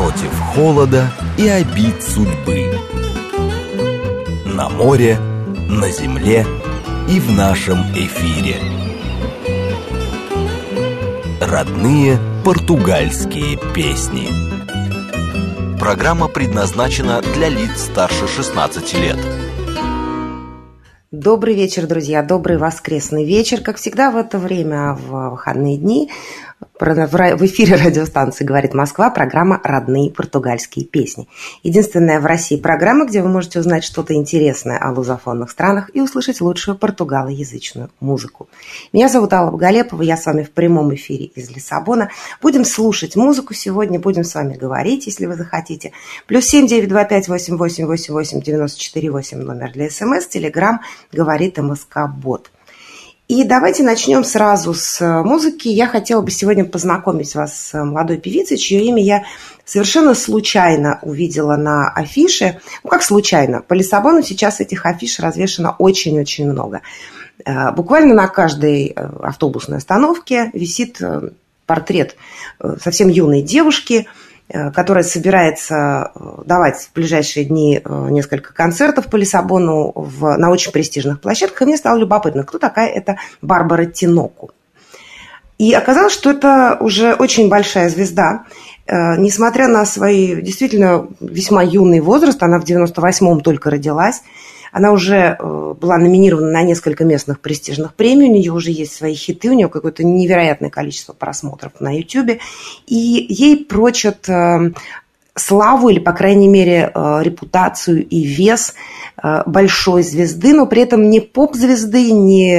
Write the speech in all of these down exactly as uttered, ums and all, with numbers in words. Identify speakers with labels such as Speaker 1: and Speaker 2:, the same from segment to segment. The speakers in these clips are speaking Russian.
Speaker 1: против холода и обид судьбы. На море, на земле и в нашем эфире. Родные португальские песни. Программа предназначена для лиц старше шестнадцати лет.
Speaker 2: Добрый вечер, друзья, добрый воскресный вечер. Как всегда в это время, в выходные дни, в эфире радиостанции «Говорит Москва» программа «Родные португальские песни». Единственная в России программа, где вы можете узнать что-то интересное о лузофонных странах и услышать лучшую португалоязычную музыку. Меня зовут Алла Боголепова, я с вами в прямом эфире из Лиссабона. Будем слушать музыку сегодня, будем с вами говорить, если вы захотите. Плюс семь девять два пять восемь восемь восемь восемь девяносто четыре восемь номер для СМС, Телеграм «Говорит МСК-бот». И давайте начнем сразу с музыки. Я хотела бы сегодня познакомить вас с молодой певицей, чье имя я совершенно случайно увидела на афише. Ну, как случайно? По Лиссабону сейчас этих афиш развешано очень-очень много. Буквально на каждой автобусной остановке висит портрет совсем юной девушки, которая собирается давать в ближайшие дни несколько концертов по Лиссабону в, на очень престижных площадках. И мне стало любопытно, кто такая эта Барбара Тиноку. И оказалось, что это уже очень большая звезда. Несмотря на свой действительно весьма юный возраст, она в девяносто восьмом только родилась, она уже была номинирована на несколько местных престижных премий, у нее уже есть свои хиты, у нее какое-то невероятное количество просмотров на Ютубе, и ей прочат славу или, по крайней мере, репутацию и вес большой звезды, но при этом не поп-звезды,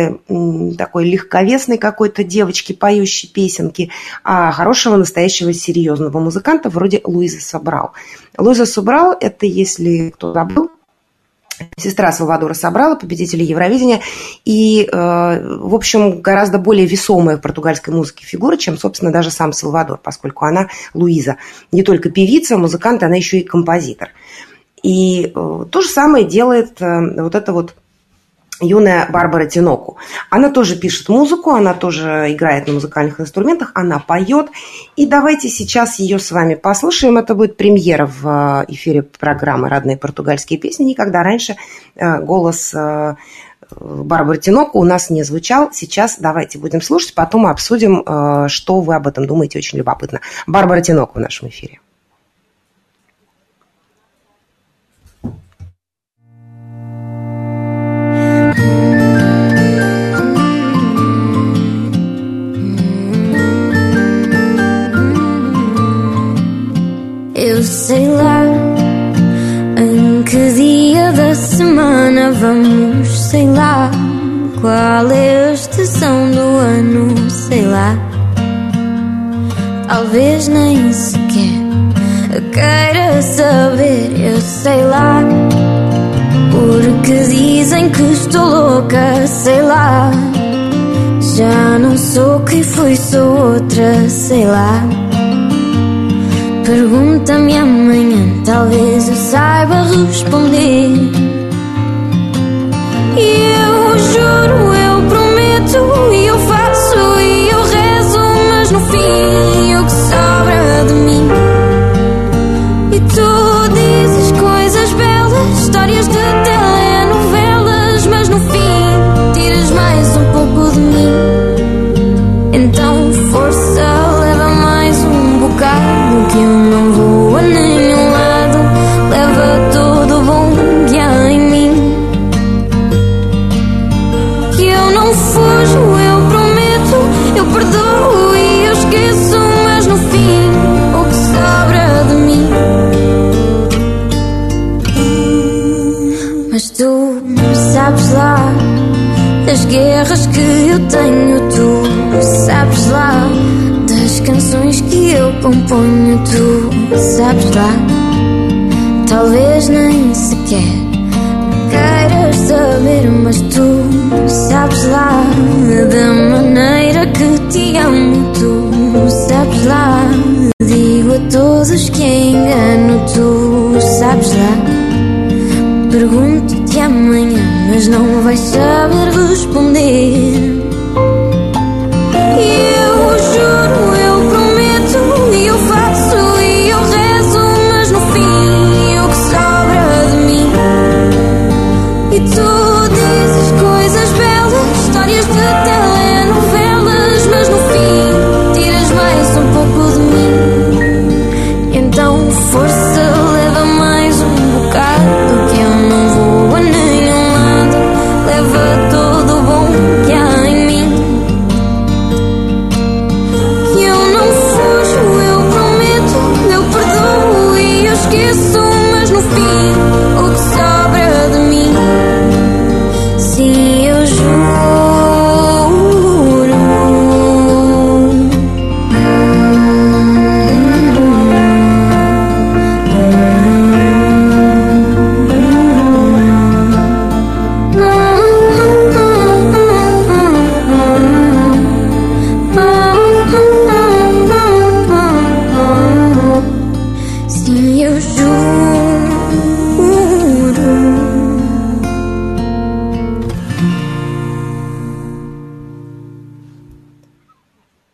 Speaker 2: не такой легковесной какой-то девочки, поющей песенки, а хорошего, настоящего, серьезного музыканта вроде Луизы Собрал. Луиза Собрал – это, если кто забыл, сестра Салвадора Собрала, победителя Евровидения, и, э, в общем, гораздо более весомая в португальской музыке фигура, чем, собственно, даже сам Салвадор, поскольку она, Луиза, не только певица, музыкант, она еще и композитор. И э, то же самое делает э, вот эта вот юная Барбара Тиноку. Она тоже пишет музыку, она тоже играет на музыкальных инструментах, она поет. И давайте сейчас ее с вами послушаем. Это будет премьера в эфире программы «Родные португальские песни». Никогда раньше голос Барбары Тиноку у нас не звучал. Сейчас давайте будем слушать, потом мы обсудим, что вы об этом думаете. Очень любопытно. Барбара Тиноку в нашем эфире.
Speaker 3: Eu sei lá em que dia da semana vamos, sei lá qual é a estação do ano, sei lá. Talvez nem sequer queira saber, eu sei lá, porque dizem que estou louca, sei lá. Já não sou quem fui, sou outra, sei lá. Pergunta-me amanhã, talvez eu saiba responder. E eu juro, eu prometo, e eu faço, e eu rezo, mas no fim o que sobra de mim. E tu dizes coisas belas, histórias de telenovelas, mas no fim tiras mais um pouco de mim. Então força, leva mais um bocado, que eu não vou a nenhum lado. Leva todo o bom que há em mim, que eu não fujo, eu prometo, eu perdoo e eu esqueço, mas no fim o que sobra de mim. Mas tu sabes lá das guerras que eu tenho, tu sabes lá das canções que eu componho, tu sabes lá. Talvez nem sequer queiras saber, mas tu sabes lá da maneira que te amo, tu sabes lá. Digo a todos que engano, tu sabes lá. Pergunto-te amanhã, mas não vais saber responder. E eu juro, eu prometo, e eu faço, e eu rezo,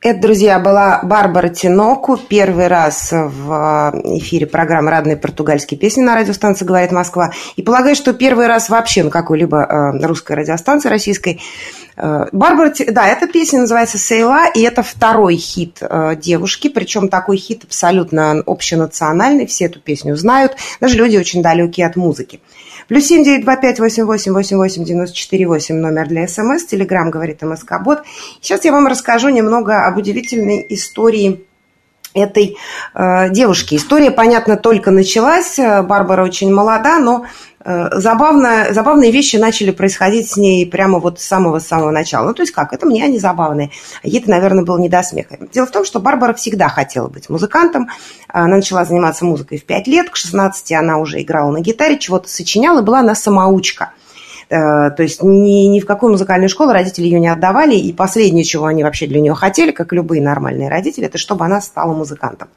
Speaker 2: Это, друзья, была Барбара Тиноку. Первый раз в эфире программы «Родные португальские песни» на радиостанции «Говорит Москва». И полагаю, что первый раз вообще на какой-либо русской радиостанции российской. Барбара, да, эта песня называется «Сейла», и это второй хит девушки, причем такой хит абсолютно общенациональный, все эту песню знают, даже люди очень далекие от музыки. Плюс семь девять два пять восемь восемь восемь восемь девяносто четыре восемь номер для СМС, Телеграм говорит МСК-бот. Сейчас я вам расскажу немного об удивительной истории этой э, девушки. История, понятно, только началась. Барбара очень молода, но э, забавно, забавные вещи начали происходить с ней прямо вот с самого-самого начала. Ну, то есть как? Это мне они забавные. Ей-то, наверное, было не до смеха. Дело в том, что Барбара всегда хотела быть музыкантом. Она начала заниматься музыкой в пять лет. К шестнадцати она уже играла на гитаре, чего-то сочиняла, и была она самоучка. То есть ни, ни в какую музыкальную школу родители ее не отдавали, и последнее, чего они вообще для нее хотели, как и любые нормальные родители, это чтобы она стала музыкантом.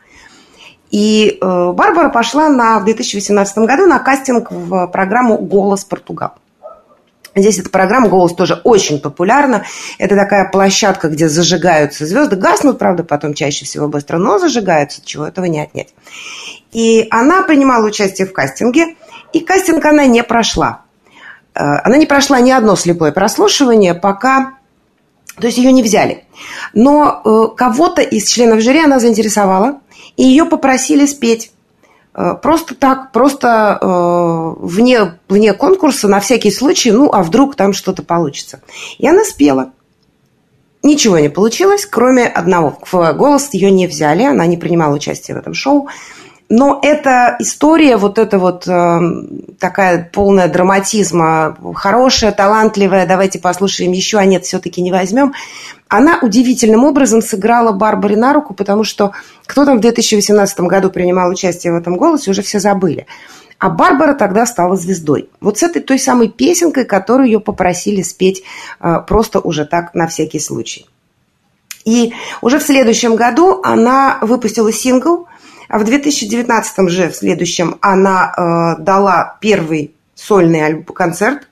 Speaker 2: И э, Барбара пошла на, в две тысячи восемнадцатом году на кастинг в программу «Голос Португал». Здесь эта программа «Голос» тоже очень популярна. Это такая площадка, где зажигаются звезды, гаснут, правда, потом чаще всего быстро, но зажигаются, чего этого не отнять. И она принимала участие в кастинге, и кастинг она не прошла. Она не прошла ни одно слепое прослушивание, пока... То есть ее не взяли. Но э, кого-то из членов жюри она заинтересовала, и ее попросили спеть. Э, просто так, просто э, вне, вне конкурса, на всякий случай, ну, а вдруг там что-то получится. И она спела. Ничего не получилось, кроме одного. В голос ее не взяли, она не принимала участие в этом шоу. Но эта история, вот эта вот э, такая полная драматизма, хорошая, талантливая, давайте послушаем еще, а нет, все-таки не возьмем, она удивительным образом сыграла Барбаре на руку, потому что кто там в две тысячи восемнадцатом году принимал участие в этом «Голосе», уже все забыли. А Барбара тогда стала звездой. Вот с этой той самой песенкой, которую ее попросили спеть э, просто уже так на всякий случай. И уже в следующем году она выпустила сингл. А в две тысячи девятнадцатом же, в следующем, она э, дала первый сольный альбом, концерт,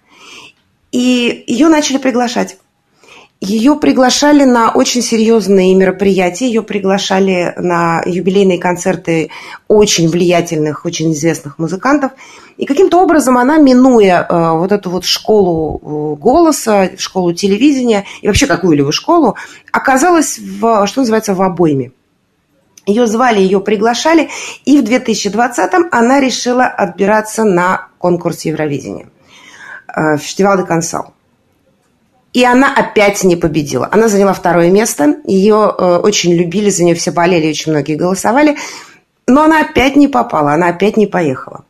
Speaker 2: и ее начали приглашать. Ее приглашали на очень серьезные мероприятия, ее приглашали на юбилейные концерты очень влиятельных, очень известных музыкантов. И каким-то образом она, минуя э, вот эту вот школу голоса, школу телевидения и вообще какую-либо школу, оказалась, в, что называется, в обойме. Ее звали, ее приглашали, и в две тысячи двадцатом она решила отбираться на конкурс Евровидения, фестиваль де Кансал. И она опять не победила. Она заняла второе место, ее очень любили, за нее все болели, очень многие голосовали, но она опять не попала, она опять не поехала.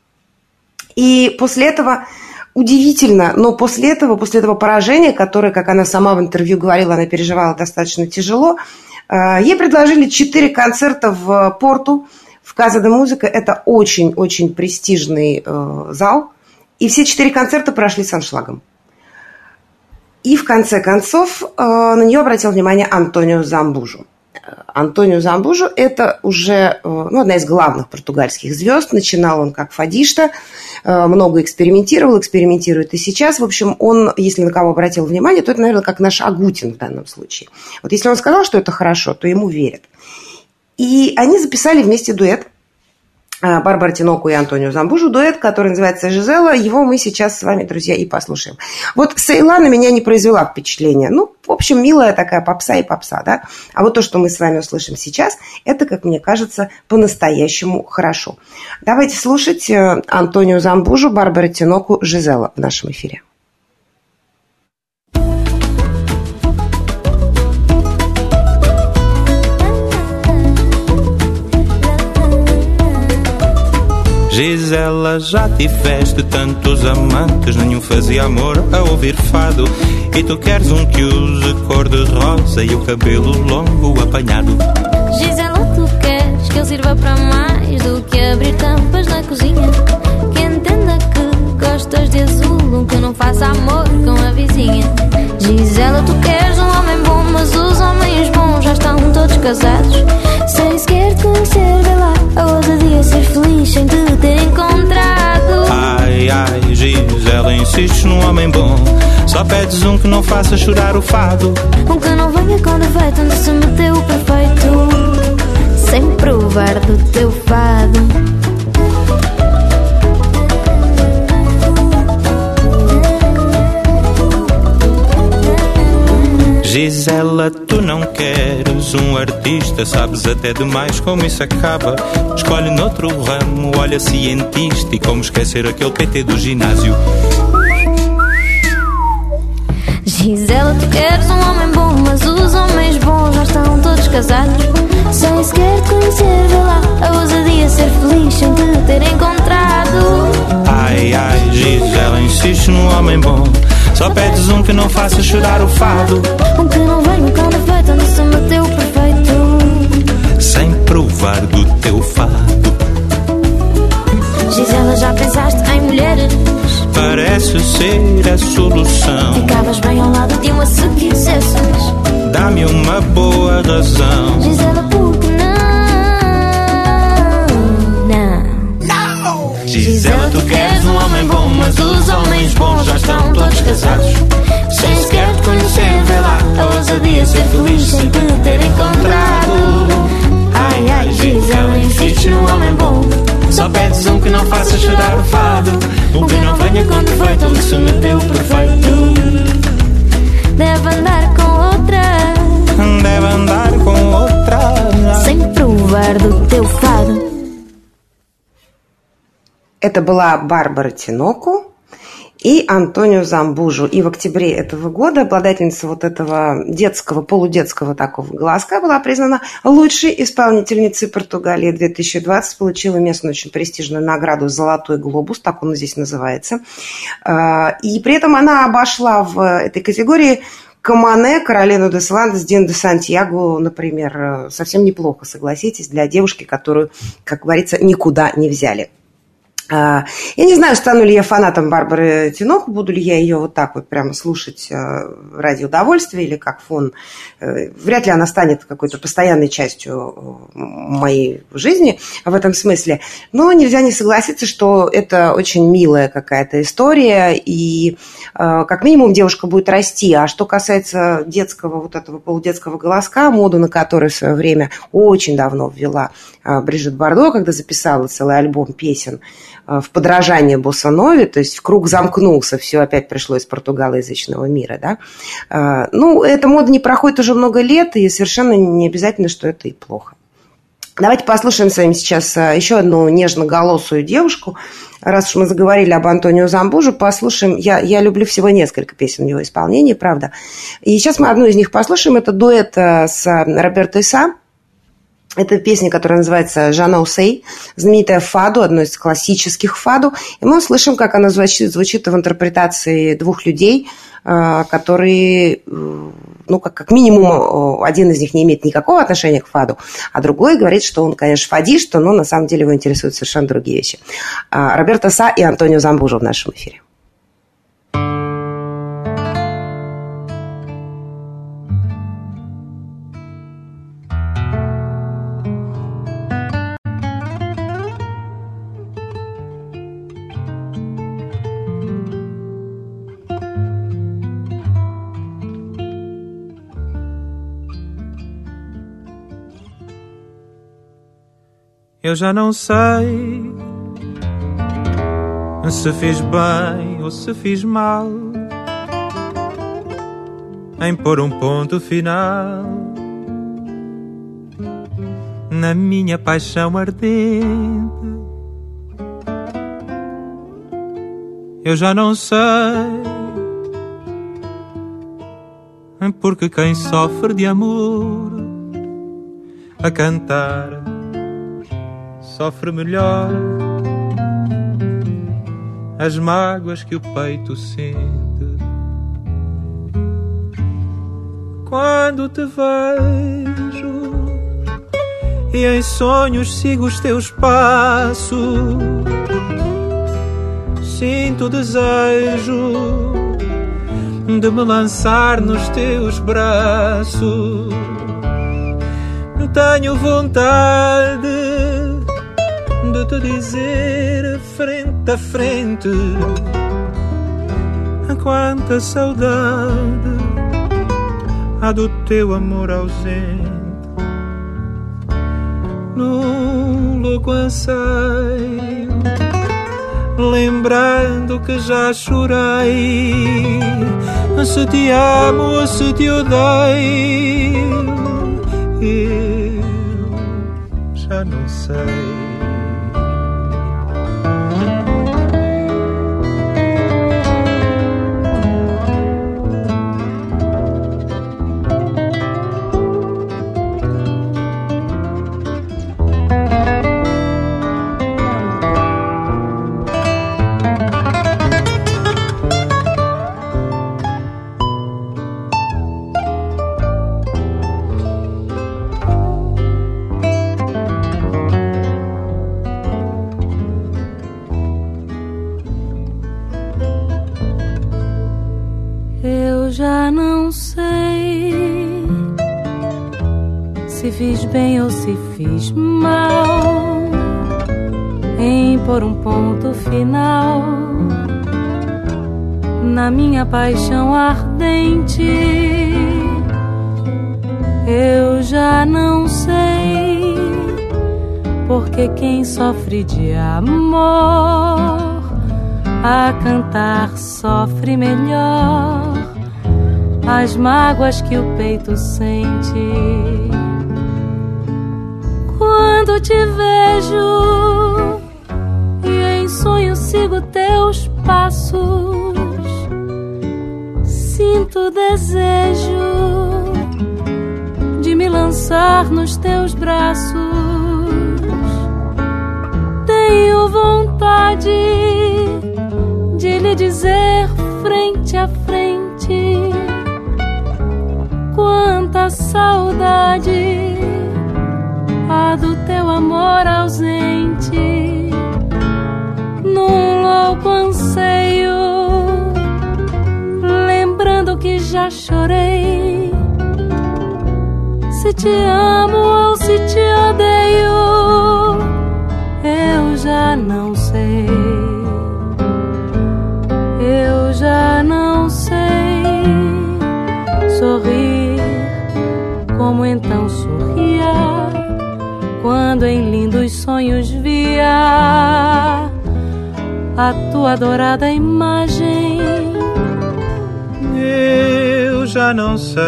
Speaker 2: И после этого, удивительно, но после этого, после этого поражения, которое, как она сама в интервью говорила, она переживала достаточно тяжело, ей предложили четыре концерта в Порту, в Casa de Música. Это очень-очень престижный э, зал. И все четыре концерта прошли с аншлагом. И в конце концов э, на нее обратил внимание Антонио Замбужу. Антонио Замбужу – это уже э, ну, одна из главных португальских звезд. Начинал он как фадиста, э, много экспериментировал, экспериментирует и сейчас. В общем, он, если на кого обратил внимание, то это, наверное, как наш Агутин в данном случае. Вот если он сказал, что это хорошо, то ему верят. И они записали вместе дуэт. Барбара Тиноку и Антонио Замбужу дуэт, который называется «Жизела». Его мы сейчас с вами, друзья, и послушаем. Вот «Сейла» на меня не произвела впечатления. Ну, в общем, милая такая попса и попса, да? А вот то, что мы с вами услышим сейчас, это, как мне кажется, по-настоящему хорошо. Давайте слушать Антонио Замбужу, Барбара Тиноку, «Жизела» в нашем эфире.
Speaker 4: Gisela, já tiveste tantos amantes, nenhum fazia amor a ouvir fado. E tu queres um que use cor de rosa e o cabelo longo apanhado.
Speaker 3: Gisela, tu queres que eu sirva para mais do que abrir tampas na cozinha? Que entenda que gostas de azul, que não faça amor com a vizinha. Gisela, tu queres um homem bom, mas os homens bons já estão todos casados. Sem sequer te conhecer, vê lá, a ousadia ser feliz sem te ter encontrado.
Speaker 4: Ai, ai, Gisela, insiste insistes num homem bom. Só pedes um que não faça chorar o fado.
Speaker 3: Um que não venha com defeito, onde se meteu o perfeito, sem provar do teu fado.
Speaker 4: Gisela, tu não queres um artista, sabes até demais como isso acaba. Escolhe noutro ramo, olha cientista, e como esquecer aquele P T do ginásio.
Speaker 3: Gisela, tu queres um homem bom, mas os homens bons já estão todos casados. Sem sequer te conhecer, vê lá a ousadia ser feliz sem te ter encontrado.
Speaker 4: Ai, ai, Gisela, insiste num homem bom. Só pedes um que não faça chorar o fado.
Speaker 3: Um que não venha com defeito, onde se meteu o perfeito,
Speaker 4: sem provar do teu fado.
Speaker 3: Gisela, já pensaste em mulheres?
Speaker 4: Parece ser a solução.
Speaker 3: Ficavas bem ao lado de uma se quisesses.
Speaker 4: Dá-me uma boa razão.
Speaker 3: Gisela, por que não? Não!
Speaker 4: Gisela, tu queres um homem bom, mas os homens bons já estão todos casados. Sem sequer te conhecer, vê lá a ousadia ser feliz sem te ter encontrado.
Speaker 3: Ai, ai, Gisela, insistes num homem bom.
Speaker 4: Só pedes um que não faça chorar o fado. Um que não venha com defeito, onde se meteu perfeito.
Speaker 3: Deve andar com outra.
Speaker 4: Deve andar com outra.
Speaker 3: Sem provar do teu fado.
Speaker 2: Это была Барбара Тиноко и Антонио Замбужо. И в октябре этого года обладательница вот этого детского, полудетского такого голоска была признана лучшей исполнительницей Португалии две тысячи двадцать. Получила местную очень престижную награду «Золотой глобус», так он здесь называется. И при этом она обошла в этой категории Камане, Каролину де Саландес, Дин де Сантьяго, например. Совсем неплохо, согласитесь, для девушки, которую, как говорится, никуда не взяли. Я не знаю, стану ли я фанатом Барбары Тиноко, буду ли я ее вот так вот прямо слушать ради удовольствия или как фон. Вряд ли она станет какой-то постоянной частью моей жизни в этом смысле. Но нельзя не согласиться, что это очень милая какая-то история, и как минимум девушка будет расти. А что касается детского, вот этого полудетского голоска, моду на который в свое время очень давно ввела Брижит Бардо, когда записала целый альбом песен в подражание босса-нове, то есть круг замкнулся, все опять пришло из португалоязычного мира. Да? Ну, эта мода не проходит уже много лет, и совершенно не обязательно, что это и плохо. Давайте послушаем с вами сейчас еще одну нежноголосую девушку. Раз уж мы заговорили об Антонио Замбужо, послушаем. Я, я люблю всего несколько песен в его исполнении, правда. И сейчас мы одну из них послушаем. Это дуэт с Роберто Иса. Это песня, которая называется «Жанна Усей», знаменитая фаду, одно из классических фаду. И мы услышим, как она звучит, звучит в интерпретации двух людей, которые, ну, как, как минимум, один из них не имеет никакого отношения к фаду, а другой говорит, что он, конечно, фадист, но на самом деле его интересуют совершенно другие вещи. Роберто Са и Антонио Замбужо в нашем эфире.
Speaker 4: Eu já não sei se fiz bem ou se fiz mal em pôr um ponto final na minha paixão ardente. Eu já não sei, porque quem sofre de amor a cantar sofre melhor as mágoas que o peito sente. Quando te vejo e em sonhos sigo os teus passos, sinto o desejo de me lançar nos teus braços. Tenho vontade de te dizer frente a frente quanta saudade há do teu amor ausente, num louco anseio, lembrando que já chorei. Se te amo ou se te odeio, eu já não sei.
Speaker 5: Se fiz bem ou se fiz mal em pôr um ponto final na minha paixão ardente. Eu já não sei, porque quem sofre de amor a cantar sofre melhor as mágoas que o peito sente. Quando te vejo e em sonho sigo teus passos, sinto desejo de me lançar nos teus braços. Tenho vontade de lhe dizer frente a frente quanta saudade há do teu amor ausente, num louco anseio, lembrando que já chorei. Se te amo ou se te odeio, eu já não sei. Eu já não sei sorrir como então sorria quando em lindos sonhos via a tua adorada imagem.
Speaker 4: Eu já não sei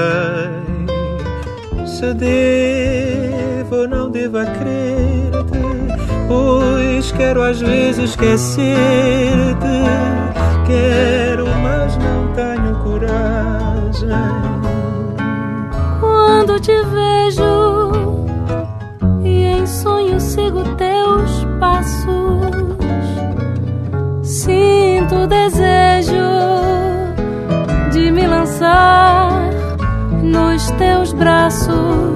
Speaker 4: se devo ou não devo crer-te, pois quero às vezes esquecer-te. Quero, mas não tenho coragem.
Speaker 5: Quando te vejo e em sonho sigo teus passos, sinto desejo de me lançar nos teus braços.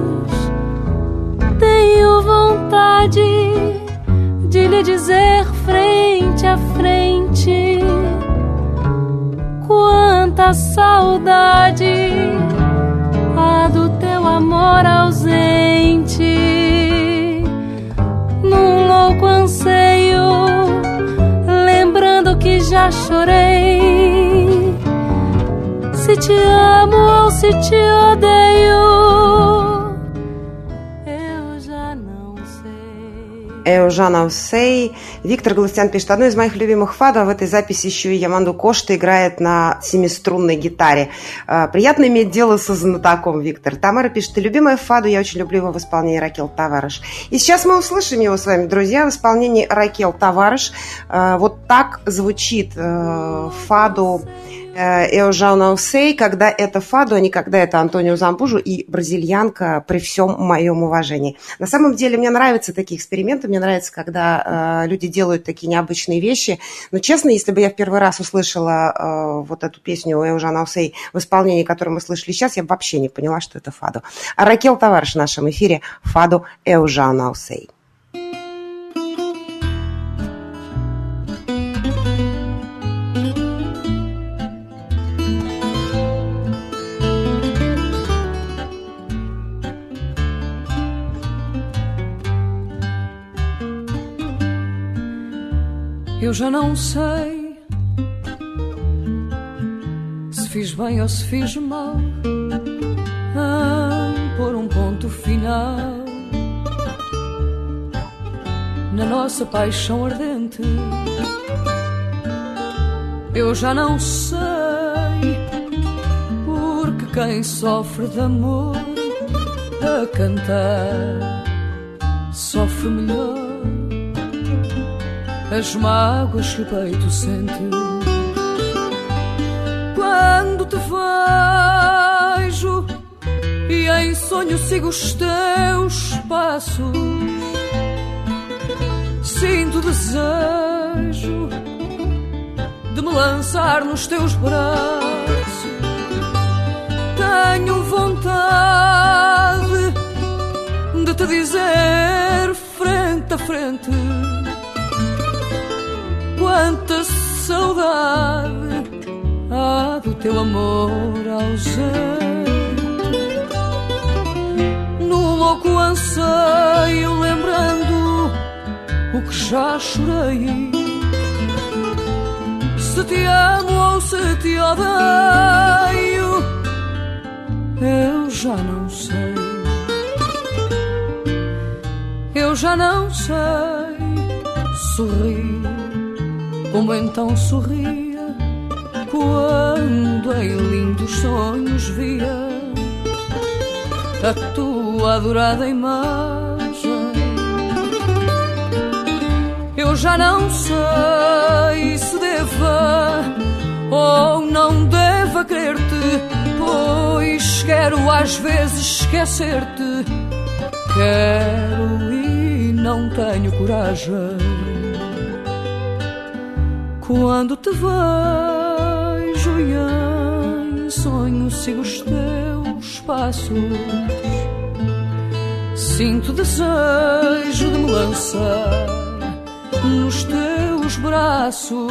Speaker 5: Tenho vontade de lhe dizer frente a frente quanta saudade há do teu amor ausente, num louco anseio, lembrando que já chorei. Se te amo ou se te odeio, eu já não sei.
Speaker 2: Я уже не sei. Виктор Галустян пишет: одно из моих любимых фадо, а в этой записи еще и Яманду Кошта играет на семиструнной гитаре. Приятно иметь дело со знатоком, Виктор. Тамара пишет: любимое фадо, я очень люблю его в исполнении Ракел Тавариш. И сейчас мы услышим его с вами, друзья, в исполнении Ракел Тавариш. Вот так звучит фадо «Eu já não sei», когда это фадо, а не когда это Антонио Замбужо и бразильянка, при всем моем уважении. На самом деле мне нравятся такие эксперименты, мне нравится, когда э, люди делают такие необычные вещи. Но честно, если бы я в первый раз услышала э, вот эту песню «Eu já não sei» в исполнении, которую мы слышали сейчас, я бы вообще не поняла, что это фадо. А Ракел Тавариш в нашем эфире фадо «Eu já não sei».
Speaker 6: Eu já não sei fiz bem ou se fiz mal em pôr um ponto final na nossa paixão ardente. Eu já não sei, porque quem sofre de amor a cantar sofre melhor as mágoas que o peito sente. Quando te vejo e em sonho sigo os teus passos, sinto desejo de me lançar nos teus braços. Tenho vontade de te dizer frente a frente quanta saudade há do teu amor ausente. No louco anseio, lembrando o que já chorei, se te amo ou se te odeio, eu já não sei. Eu já não sei sorrir como então sorria quando em lindos sonhos via a tua adorada imagem. Eu já não sei se deva ou não deva querer-te, pois quero às vezes esquecer-te. Quero e não tenho coragem. Quando te vejo e em sonho sigo os teus passos, sinto desejo de me lançar nos teus braços.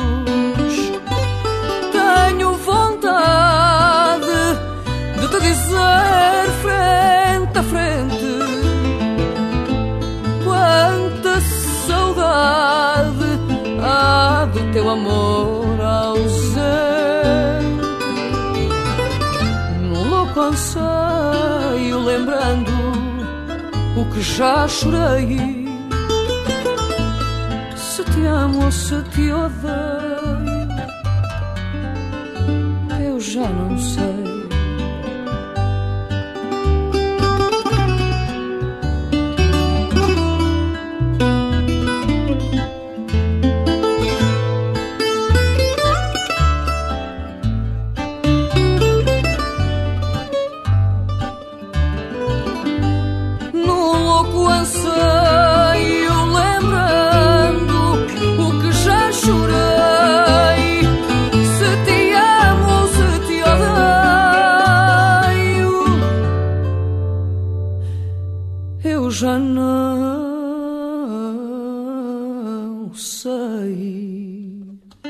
Speaker 6: Tenho vontade de te dizer frente a frente quanta saudade há do teu amor ausente. No louco anseio, lembrando o que já chorei, se te amo ou se te odeio, eu já não sei. Já não sei.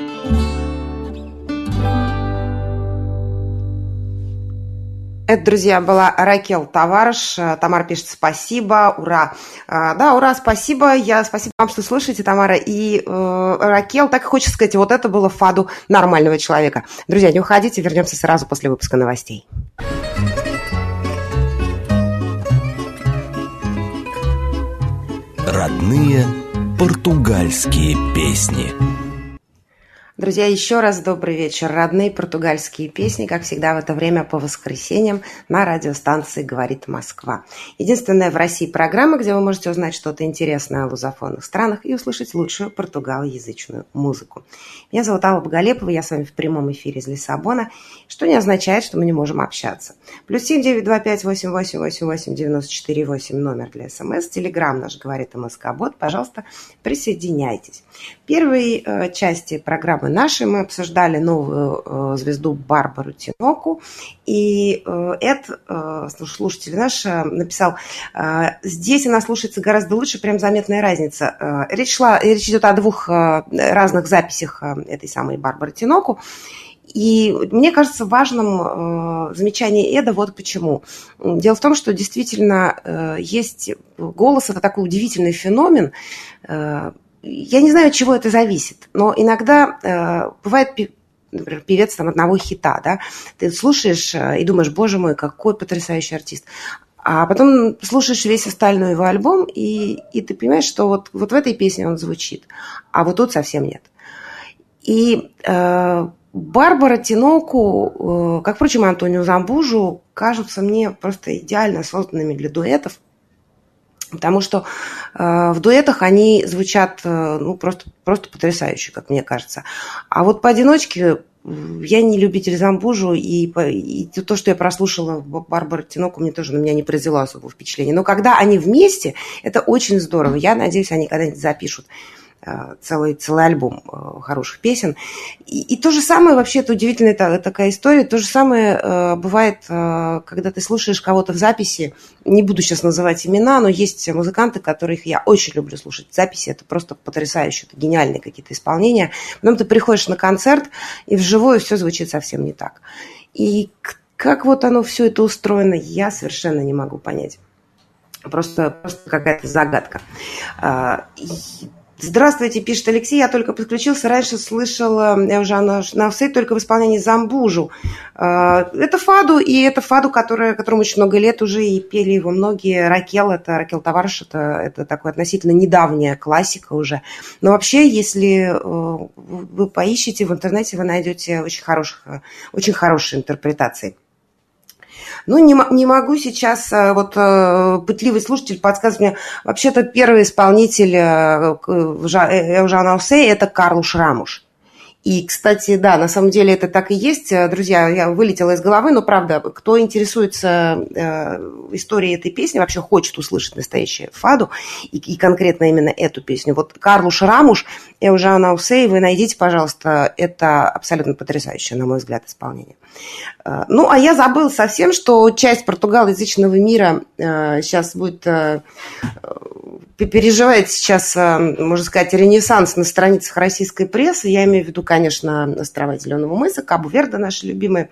Speaker 2: Это, друзья, была Ракел Товарищ. Тамара пишет спасибо, ура. А, да, ура, спасибо. Я спасибо вам, что слышите, Тамара. И э, Ракел, так и хочется сказать, вот это было фаду нормального человека. Друзья, не уходите, вернемся сразу после выпуска новостей.
Speaker 1: Родные португальские песни.
Speaker 2: Друзья, еще раз добрый вечер. Родные португальские песни, как всегда в это время по воскресеньям на радиостанции «Говорит Москва». Единственная в России программа, где вы можете узнать что-то интересное о лузофонных странах и услышать лучшую португалоязычную музыку. Меня зовут Алла Боголепова, я с вами в прямом эфире из Лиссабона, что не означает, что мы не можем общаться. Плюс семь девять два пять восемь восемь восемь восемь девяносто четыре восемь номер для СМС, телеграм наш «Говорит МСК-бот», пожалуйста, присоединяйтесь. В первой э, части программы нашей мы обсуждали новую э, звезду Барбару Тиноку, и э, Эд, э, слушатель наш, э, написал, э, здесь она слушается гораздо лучше, прям заметная разница. Э, речь, шла, речь идет о двух э, разных записях э, этой самой Барбары Тиноку. И мне кажется важным э, замечание Эда вот почему. Дело в том, что действительно э, есть голос, это такой удивительный феномен. Э, я не знаю, от чего это зависит, но иногда э, бывает например, певец там одного хита, да, ты слушаешь и думаешь, боже мой, какой потрясающий артист. А потом слушаешь весь остальной его альбом, и, и ты понимаешь, что вот, вот в этой песне он звучит, а вот тут совсем нет. И э, Барбара Тиноку, э, как, впрочем, Антонио Замбужу, кажутся мне просто идеально созданными для дуэтов, потому что э, в дуэтах они звучат э, ну, просто, просто потрясающе, как мне кажется. А вот поодиночке я не любитель Замбужу, и, и то, что я прослушала Барбару Тиноку, мне тоже на меня не произвело особого впечатления. Но когда они вместе, это очень здорово. Я надеюсь, они когда-нибудь запишут целый, целый альбом хороших песен. И, и то же самое, вообще, это удивительная та, такая история, то же самое э, бывает, э, когда ты слушаешь кого-то в записи, не буду сейчас называть имена, но есть музыканты, которых я очень люблю слушать в записи, это просто потрясающе, это гениальные какие-то исполнения. Потом ты приходишь на концерт, и вживую все звучит совсем не так. И как вот оно все это устроено, я совершенно не могу понять. Просто, просто какая-то загадка. Здравствуйте, пишет Алексей, я только подключился, раньше слышала Эужана Наусе только в исполнении Замбужу. Это фаду, и это фаду, которая, которому очень много лет уже, и пели его многие. Ракел, это Ракел Тавариш, это, это такая относительно недавняя классика уже. Но вообще, если вы поищете в интернете, вы найдете очень, хороших, очень хорошие интерпретации. Ну, не, не могу сейчас, вот пытливый слушатель подсказывает мне, вообще-то первый исполнитель Эужана Наусе – это Карлуш Рамуш. И, кстати, да, на самом деле это так и есть. Друзья, я вылетела из головы, но правда, кто интересуется э, историей этой песни, вообще хочет услышать настоящую фаду, и, и конкретно именно эту песню. Вот Карлуш Рамуш, Эужана Наусе, вы найдите, пожалуйста, это абсолютно потрясающее, на мой взгляд, исполнение. Э, ну, а я забыла совсем, что часть португалоязычного мира э, сейчас будет... Э, переживает сейчас, можно сказать, ренессанс на страницах российской прессы. Я имею в виду, конечно, острова Зеленого мыса, Кабо-Верде, наши любимые.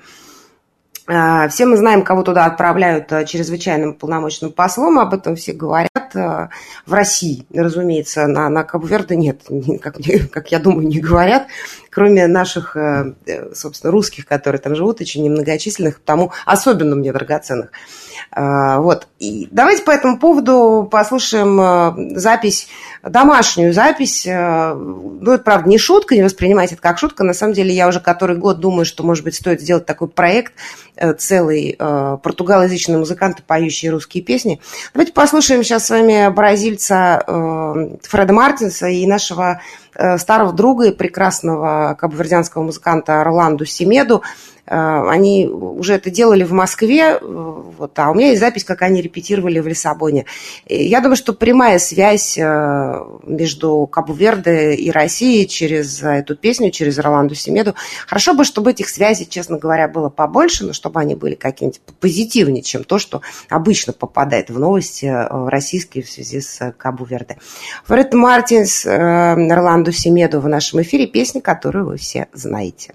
Speaker 2: Все мы знаем, кого туда отправляют чрезвычайным полномочным послом, об этом все говорят. В России, разумеется, на, на Кабо-Верде нет, как, как я думаю, не говорят, кроме наших, собственно, русских, которые там живут, очень немногочисленных, потому особенно мне драгоценных. Вот. И давайте по этому поводу послушаем запись, домашнюю запись. Ну, это, правда, не шутка, не воспринимайте это как шутка. На самом деле, я уже который год думаю, что, может быть, стоит сделать такой проект, целый португалоязычные музыканты, поющие русские песни. Давайте послушаем сейчас с вами бразильца Фреда Мартинса и нашего старого друга и прекрасного кабовердянского музыканта Орланду Семеду. Они уже это делали в Москве, вот, а у меня есть запись, как они репетировали в Лиссабоне. Я думаю, что прямая связь между Кабо-Верде и Россией через эту песню, через Орланду Семеду. Хорошо бы, чтобы этих связей, честно говоря, было побольше, но чтобы они были какие-нибудь позитивнее, чем то, что обычно попадает в новости российские в связи с Кабо-Верде. Фред Мартинс, Орланду Семеду в нашем эфире, песня, которую вы все знаете.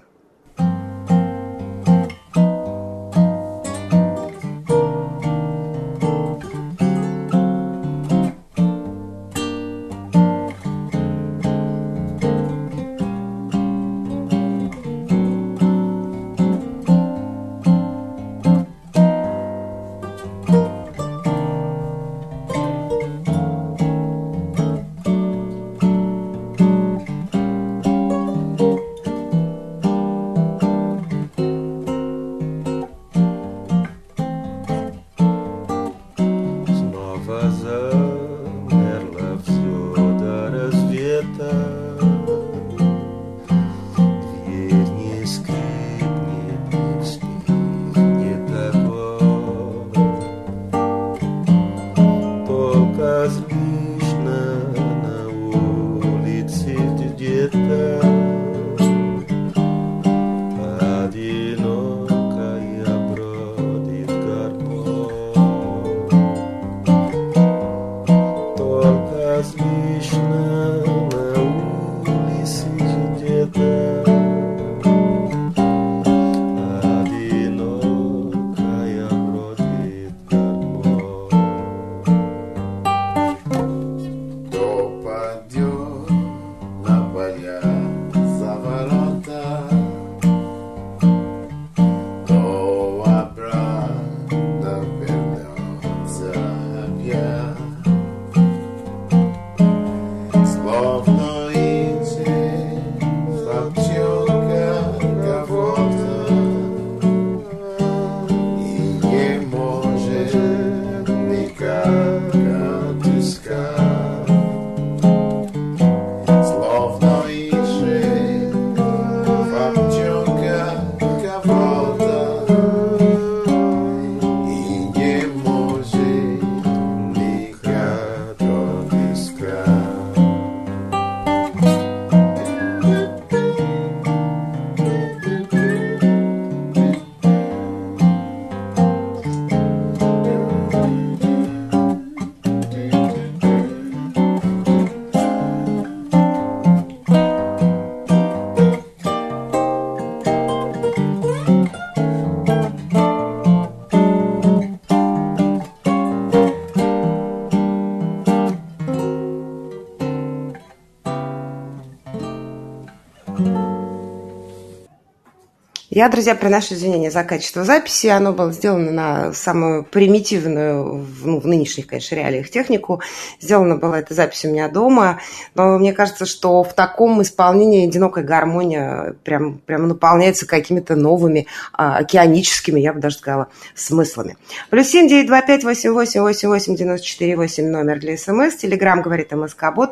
Speaker 2: Я, друзья, приношу извинения за качество записи. Оно было сделано на самую примитивную, ну, в нынешних, конечно, реалиях технику. Сделана была эта запись у меня дома. Но мне кажется, что в таком исполнении «Одинокая гармония» прям, прям наполняется какими-то новыми, а, океаническими, я бы даже сказала, смыслами. Плюс семь девять два пять восемь восемь восемь восемь девяносто четыре восемь номер для СМС. Телеграм говорит МСК-бот.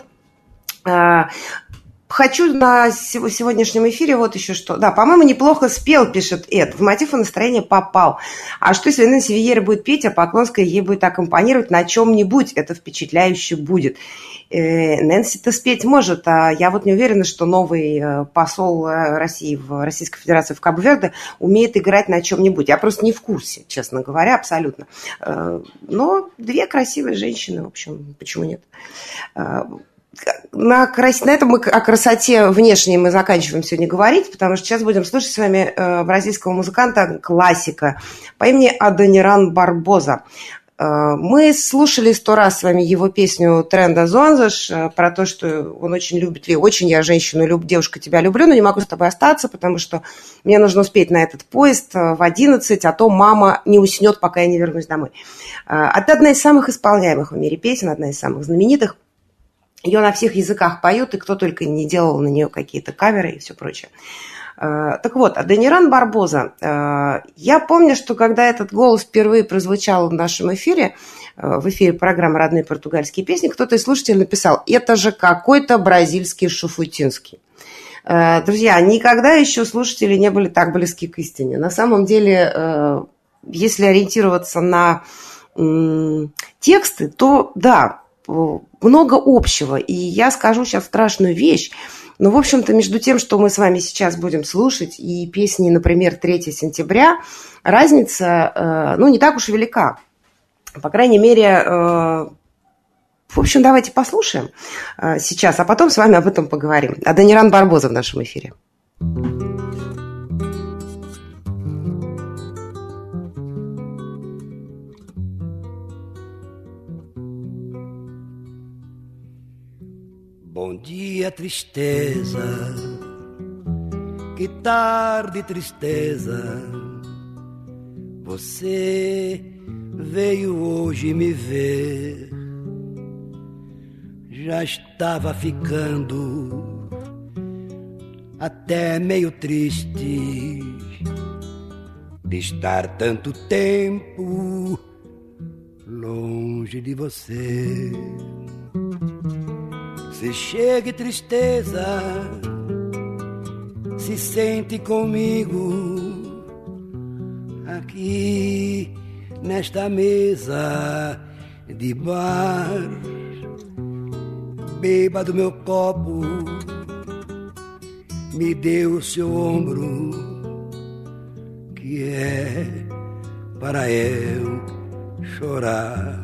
Speaker 2: Хочу на сегодняшнем эфире вот еще что. Да, по-моему, неплохо спел, пишет Эд. В мотив и настроение попал. А что, если Нэнси Виера будет петь, а Поклонская ей будет аккомпанировать на чем-нибудь? Это впечатляюще будет. Э, Нэнси-то спеть может, а я вот не уверена, что новый посол России в Российской Федерации в Кабо-Верде умеет играть на чем-нибудь. Я просто не в курсе, честно говоря, абсолютно. Э, но две красивые женщины, в общем, почему нет? Э, На, крас... на этом мы о красоте внешней мы заканчиваем сегодня говорить, потому что сейчас будем слушать с вами э, бразильского музыканта, классика по имени Адониран Барбоза. Э, мы слушали сто раз с вами его песню «Тренда Зонзаш» э, про то, что он очень любит, ли очень я женщину люблю, девушка, тебя люблю, но не могу с тобой остаться, потому что мне нужно успеть на этот поезд э, в одиннадцать, а то мама не уснет, пока я не вернусь домой. Э, это одна из самых исполняемых в мире песен, одна из самых знаменитых. Ее на всех языках поют, и кто только не делал на нее какие-то каверы и все прочее. Так вот, Адониран Барбоза. Я помню, что когда этот голос впервые прозвучал в нашем эфире, в эфире программы «Родные португальские песни», кто-то из слушателей написал: это же какой-то бразильский Шуфутинский. Друзья, никогда еще слушатели не были так близки к истине. На самом деле, если ориентироваться на тексты, то да, много общего. И я скажу сейчас страшную вещь. Но, в общем-то, между тем, что мы с вами сейчас будем слушать, и песни, например, третьего сентября, разница, ну, не так уж и велика. По крайней мере, в общем, давайте послушаем сейчас, а потом с вами об этом поговорим. Адониран Барбоза в нашем эфире.
Speaker 7: Bom dia, tristeza, que tarde, tristeza. Você veio hoje me ver. Já estava ficando até meio triste de estar tanto tempo longe de você. Se chega tristeza, se sente comigo aqui nesta mesa de bar. Beba do meu copo, me dê o seu ombro, que é para eu chorar.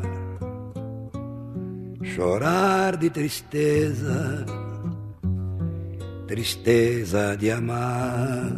Speaker 7: Chorar de tristeza, tristeza de amar.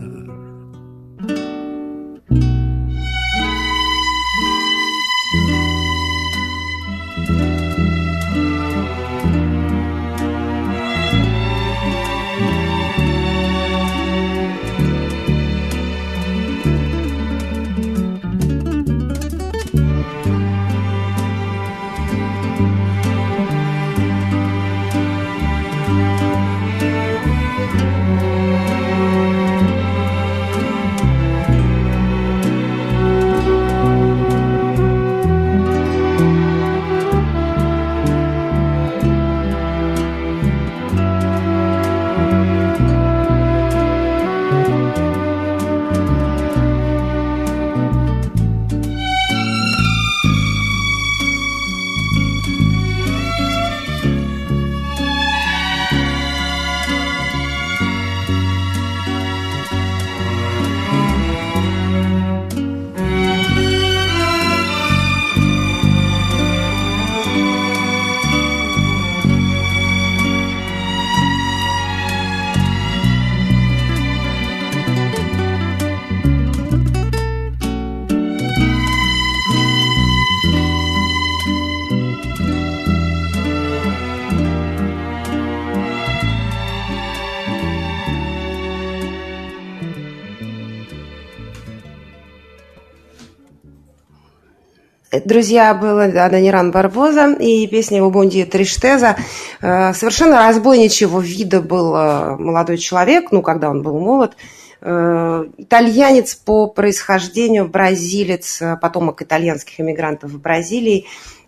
Speaker 2: Друзья, был Адониран Барбоза и песня его «Бонди Триштеза». Совершенно разбойничьего вида был молодой человек, ну, когда он был молод. Итальянец по происхождению, бразилец, потомок итальянских эмигрантов в Бразилии.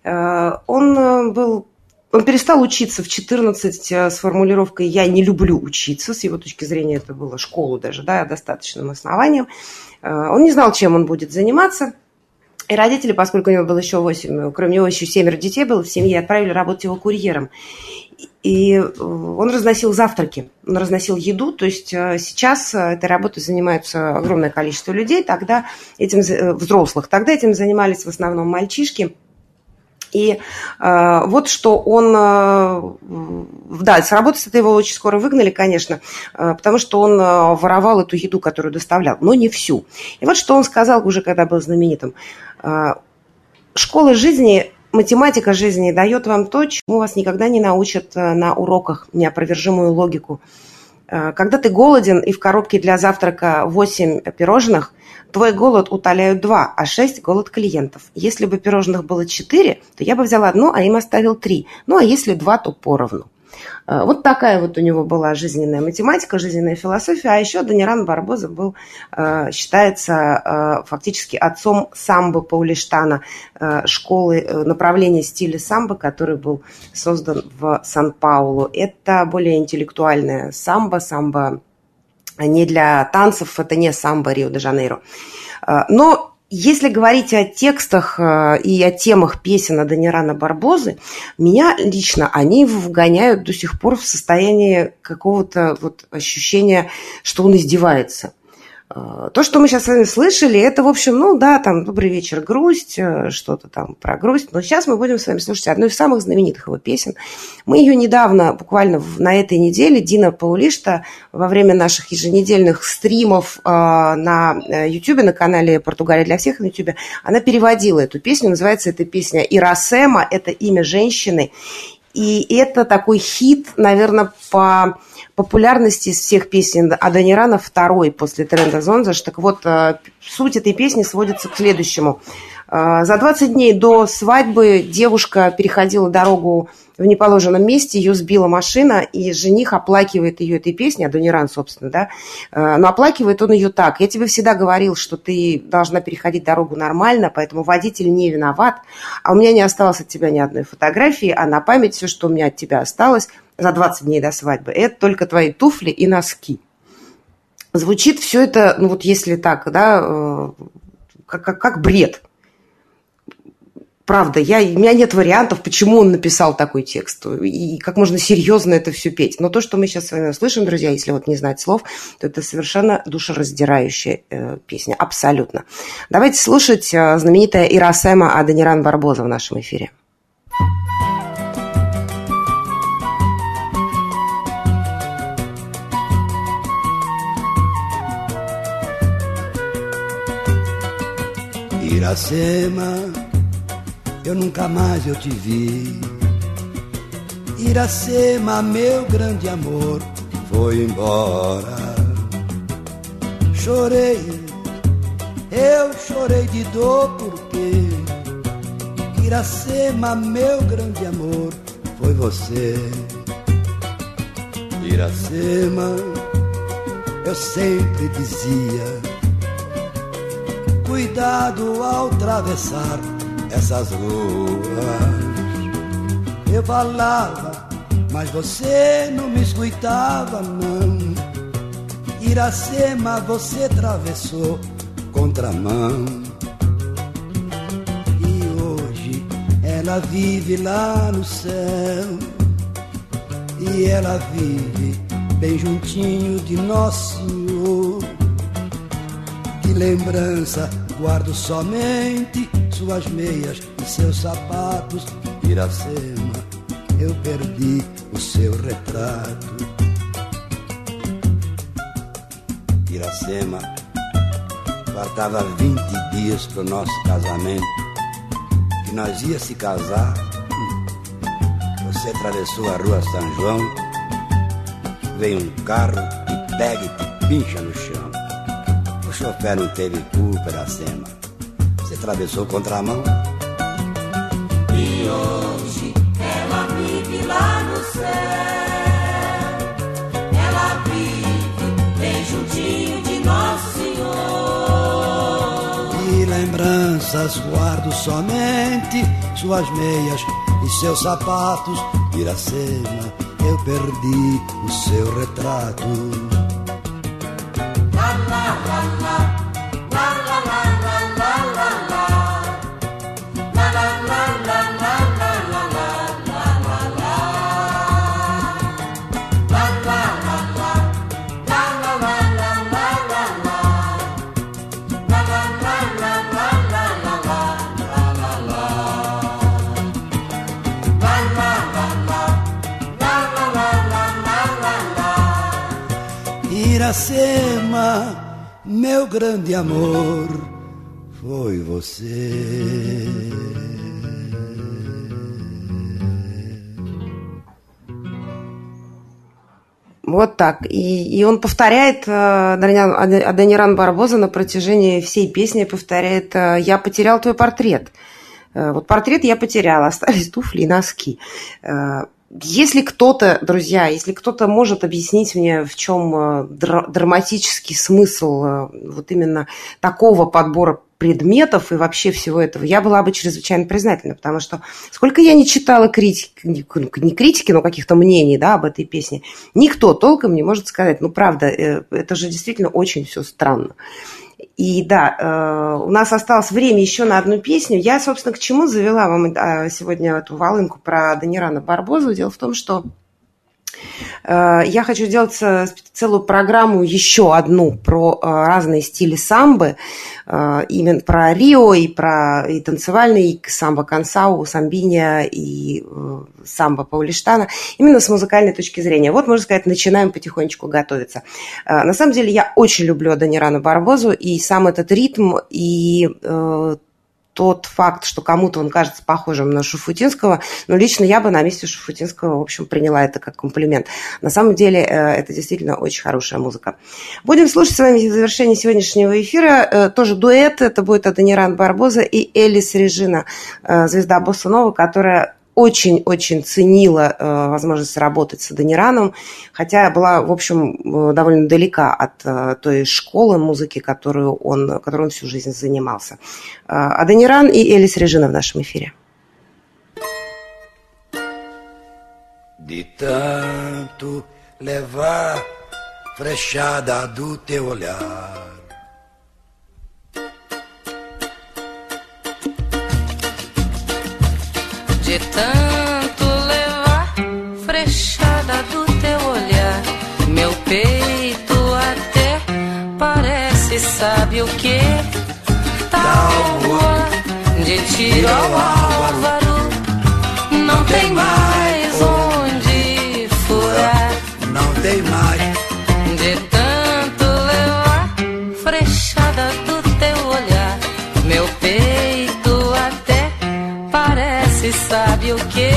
Speaker 2: Он был... Он перестал учиться в четырнадцать с формулировкой «я не люблю учиться». С его точки зрения это было школу даже, да, достаточным основанием. Он не знал, чем он будет заниматься. И родители, поскольку у него было еще восемь, кроме него еще семеро детей было в семье, отправили работать его курьером. И он разносил завтраки, он разносил еду. То есть сейчас этой работой занимаются огромное количество людей, тогда этим, взрослых. Тогда этим занимались в основном мальчишки. И э, вот что он... Э, да, с работы с этой его очень скоро выгнали, конечно, э, потому что он э, воровал эту еду, которую доставлял, но не всю. И вот что он сказал уже, когда был знаменитым. Э, «Школа жизни, математика жизни дает вам то, чему вас никогда не научат на уроках, неопровержимую логику. Э, когда ты голоден и в коробке для завтрака восемь пирожных, твой голод утоляют два, а шесть – голод клиентов. Если бы пирожных было четыре, то я бы взял одно, а им оставил три. Ну, а если два, то поровну». Вот такая вот у него была жизненная математика, жизненная философия. А еще Адониран Барбоза был, считается фактически отцом самбо Паулиштана, школы направления стиля самбо, который был создан в Сан-Паулу. Это более интеллектуальная самбо, самбо не для танцев, это не самбо Рио-де-Жанейро. Но если говорить о текстах и о темах песен Адонирана Барбозы, меня лично они вгоняют до сих пор в состояние какого-то вот ощущения, что он издевается. То, что мы сейчас с вами слышали, это, в общем, ну да, там «Добрый вечер, грусть», что-то там про грусть. Но сейчас мы будем с вами слушать одну из самых знаменитых его песен. Мы ее недавно, буквально на этой неделе, Дина Паулишта во время наших еженедельных стримов на Ютубе, на канале «Португалия для всех» на Ютубе, она переводила эту песню. Называется эта песня «Ирасема», это имя женщины. И это такой хит, наверное, по популярности из всех песен Адонирана второй после «Тренда Зонзаш». Так вот, суть этой песни сводится к следующему. За двадцать дней до свадьбы девушка переходила дорогу в неположенном месте, ее сбила машина, и жених оплакивает ее этой песней, Адониран, собственно, да, но оплакивает он ее так: «Я тебе всегда говорил, что ты должна переходить дорогу нормально, поэтому водитель не виноват, а у меня не осталось от тебя ни одной фотографии, а на память все, что у меня от тебя осталось за двадцать дней до свадьбы, это только твои туфли и носки». Звучит все это, ну вот если так, да, как, как, как бред. Правда, я, у меня нет вариантов, почему он написал такой текст и как можно серьезно это все петь. Но то, что мы сейчас с вами услышим, друзья, если вот не знать слов, то это совершенно душераздирающая э, песня, абсолютно. Давайте слушать э, знаменитая «Ирасема» Адониран Барбоза в нашем эфире.
Speaker 7: Iracema, eu nunca mais eu te vi. Iracema, meu grande amor, foi embora. Chorei, eu chorei de dor porque Iracema, meu grande amor, foi você. Iracema, eu sempre dizia: cuidado ao atravessar essas ruas. Eu falava, mas você não me escutava, não. Iracema, você atravessou contramão. E hoje ela vive lá no céu, e ela vive bem juntinho de Nosso Senhor. De lembrança guardo somente suas meias e seus sapatos. Iracema, eu perdi o seu retrato. Iracema, faltava vinte dias pro nosso casamento, que nós ia se casar. Você atravessou a rua São João, veio um carro e pega e te pincha no chão. O chofer não teve culpa, Iracema. Você atravessou contramão
Speaker 3: E hoje ela vive lá no céu. Ela vive bem juntinho de Nosso Senhor.
Speaker 7: E lembranças guardo somente, suas meias e seus sapatos. Iracema, eu perdi o seu retrato.
Speaker 3: La la la la, la la la la la la la, la la la la la la la la la la la, la la la la, la la la la la la la, la la la la la la la la la,
Speaker 7: Iracema, meu grande amor, foi você.
Speaker 2: Вот так. И, и он повторяет, Адониран Барбоза на протяжении всей песни повторяет: «Я потерял твой портрет». Вот портрет я потеряла, остались туфли и носки. Если кто-то, друзья, если кто-то может объяснить мне, в чем драматический смысл вот именно такого подбора предметов и вообще всего этого, я была бы чрезвычайно признательна, потому что сколько я не читала критики, не критики, но каких-то мнений, да, об этой песне, никто толком не может сказать, ну, правда, это же действительно очень все странно. И да, у нас осталось время еще на одну песню. Я, собственно, к чему завела вам сегодня эту волынку про Адонирана Барбозу. Дело в том, что я хочу сделать целую программу, еще одну, про разные стили самбы, именно про Рио и про и танцевальный, и самбо Кансау, самбиня и самбо Паулиштана, именно с музыкальной точки зрения. Вот, можно сказать, начинаем потихонечку готовиться. На самом деле, я очень люблю Адонирана Барбозу, и сам этот ритм, и тот факт, что кому-то он кажется похожим на Шуфутинского, но лично я бы на месте Шуфутинского, в общем, приняла это как комплимент. На самом деле, это действительно очень хорошая музыка. Будем слушать с вами в завершении сегодняшнего эфира тоже дуэт. Это будет Адониран Барбоза и Элис Режина, звезда босса-нова, которая очень-очень ценила э, возможность работать с Адонираном, хотя была, в общем, довольно далека от э, той школы музыки, которую он, которой он всю жизнь занимался. Э, Адониран и Элис Режина в нашем эфире.
Speaker 7: De tanto levar frechada do teu olhar,
Speaker 8: de tanto levar frechada do teu olhar, meu peito até parece, sabe o que? Tábua de tiro ao álvaro, não tem mais onde furar,
Speaker 7: não tem mais.
Speaker 8: De tanto levar frechada do teu olhar, meu peito até parece, sabe o que?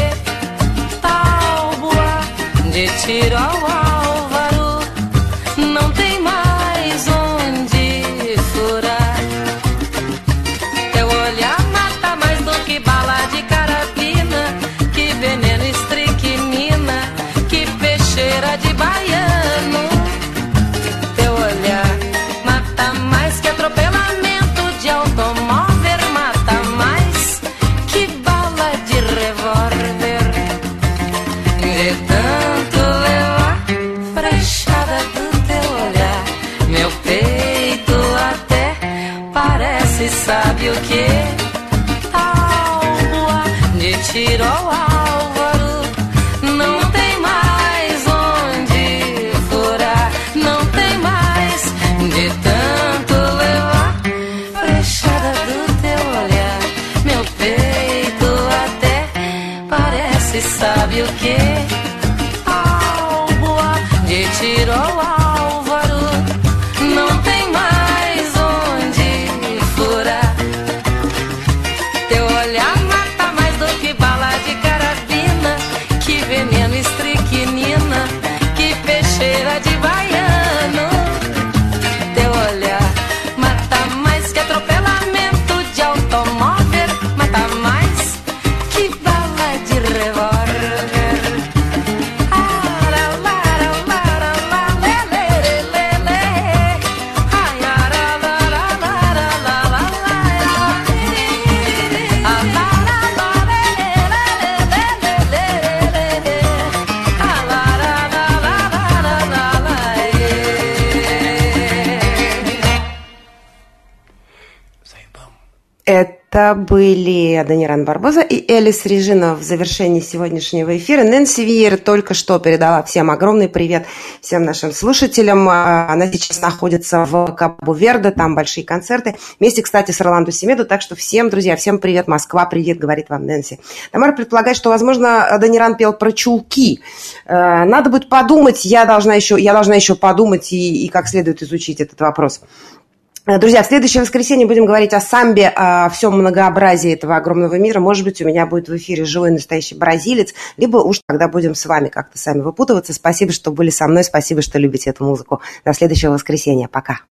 Speaker 8: Tábua de tiro ao álvaro, não tem mais onde furar. Teu olhar mata mais do que bala de carabina, que veneno estricnina, que peixeira de baiano. Teu olhar mata mais que atropelamento de automóvel, mata mais que bala de revólver. De tanto levar frechada do teu olhar, meu peito até parece, sabe o que? Tábua de tiro ao álvaro, não tem mais onde furar, não tem mais. De tanto levar frechada do teu olhar, meu peito até parece, sabe o que? Tábua de tiro ao álvaro, não tem mais onde furar. Teu olhar mata mais do que bala de carabina, que veneno estricnina, que peixeira de baiano. Teu olhar mata mais que atropelamento de automóvel, mata mais que
Speaker 2: Это были Адониран Барбоза и Элис Режина в завершении сегодняшнего эфира. Нэнси Виер только что передала всем огромный привет, всем нашим слушателям. Она сейчас находится в Кабо-Верде, там большие концерты. Вместе, кстати, с Роландо Семедо. Так что всем, друзья, всем привет, Москва, привет, говорит вам Нэнси. Тамара предполагает, что, возможно, Адониран пел про чулки. Надо будет подумать, я должна еще, я должна еще подумать и, и как следует изучить этот вопрос. Друзья, в следующее воскресенье будем говорить о самбе, о всем многообразии этого огромного мира. Может быть, у меня будет в эфире живой настоящий бразилец, либо уж тогда будем с вами как-то сами выпутываться. Спасибо, что были со мной, спасибо, что любите эту музыку. До следующего воскресенья. Пока.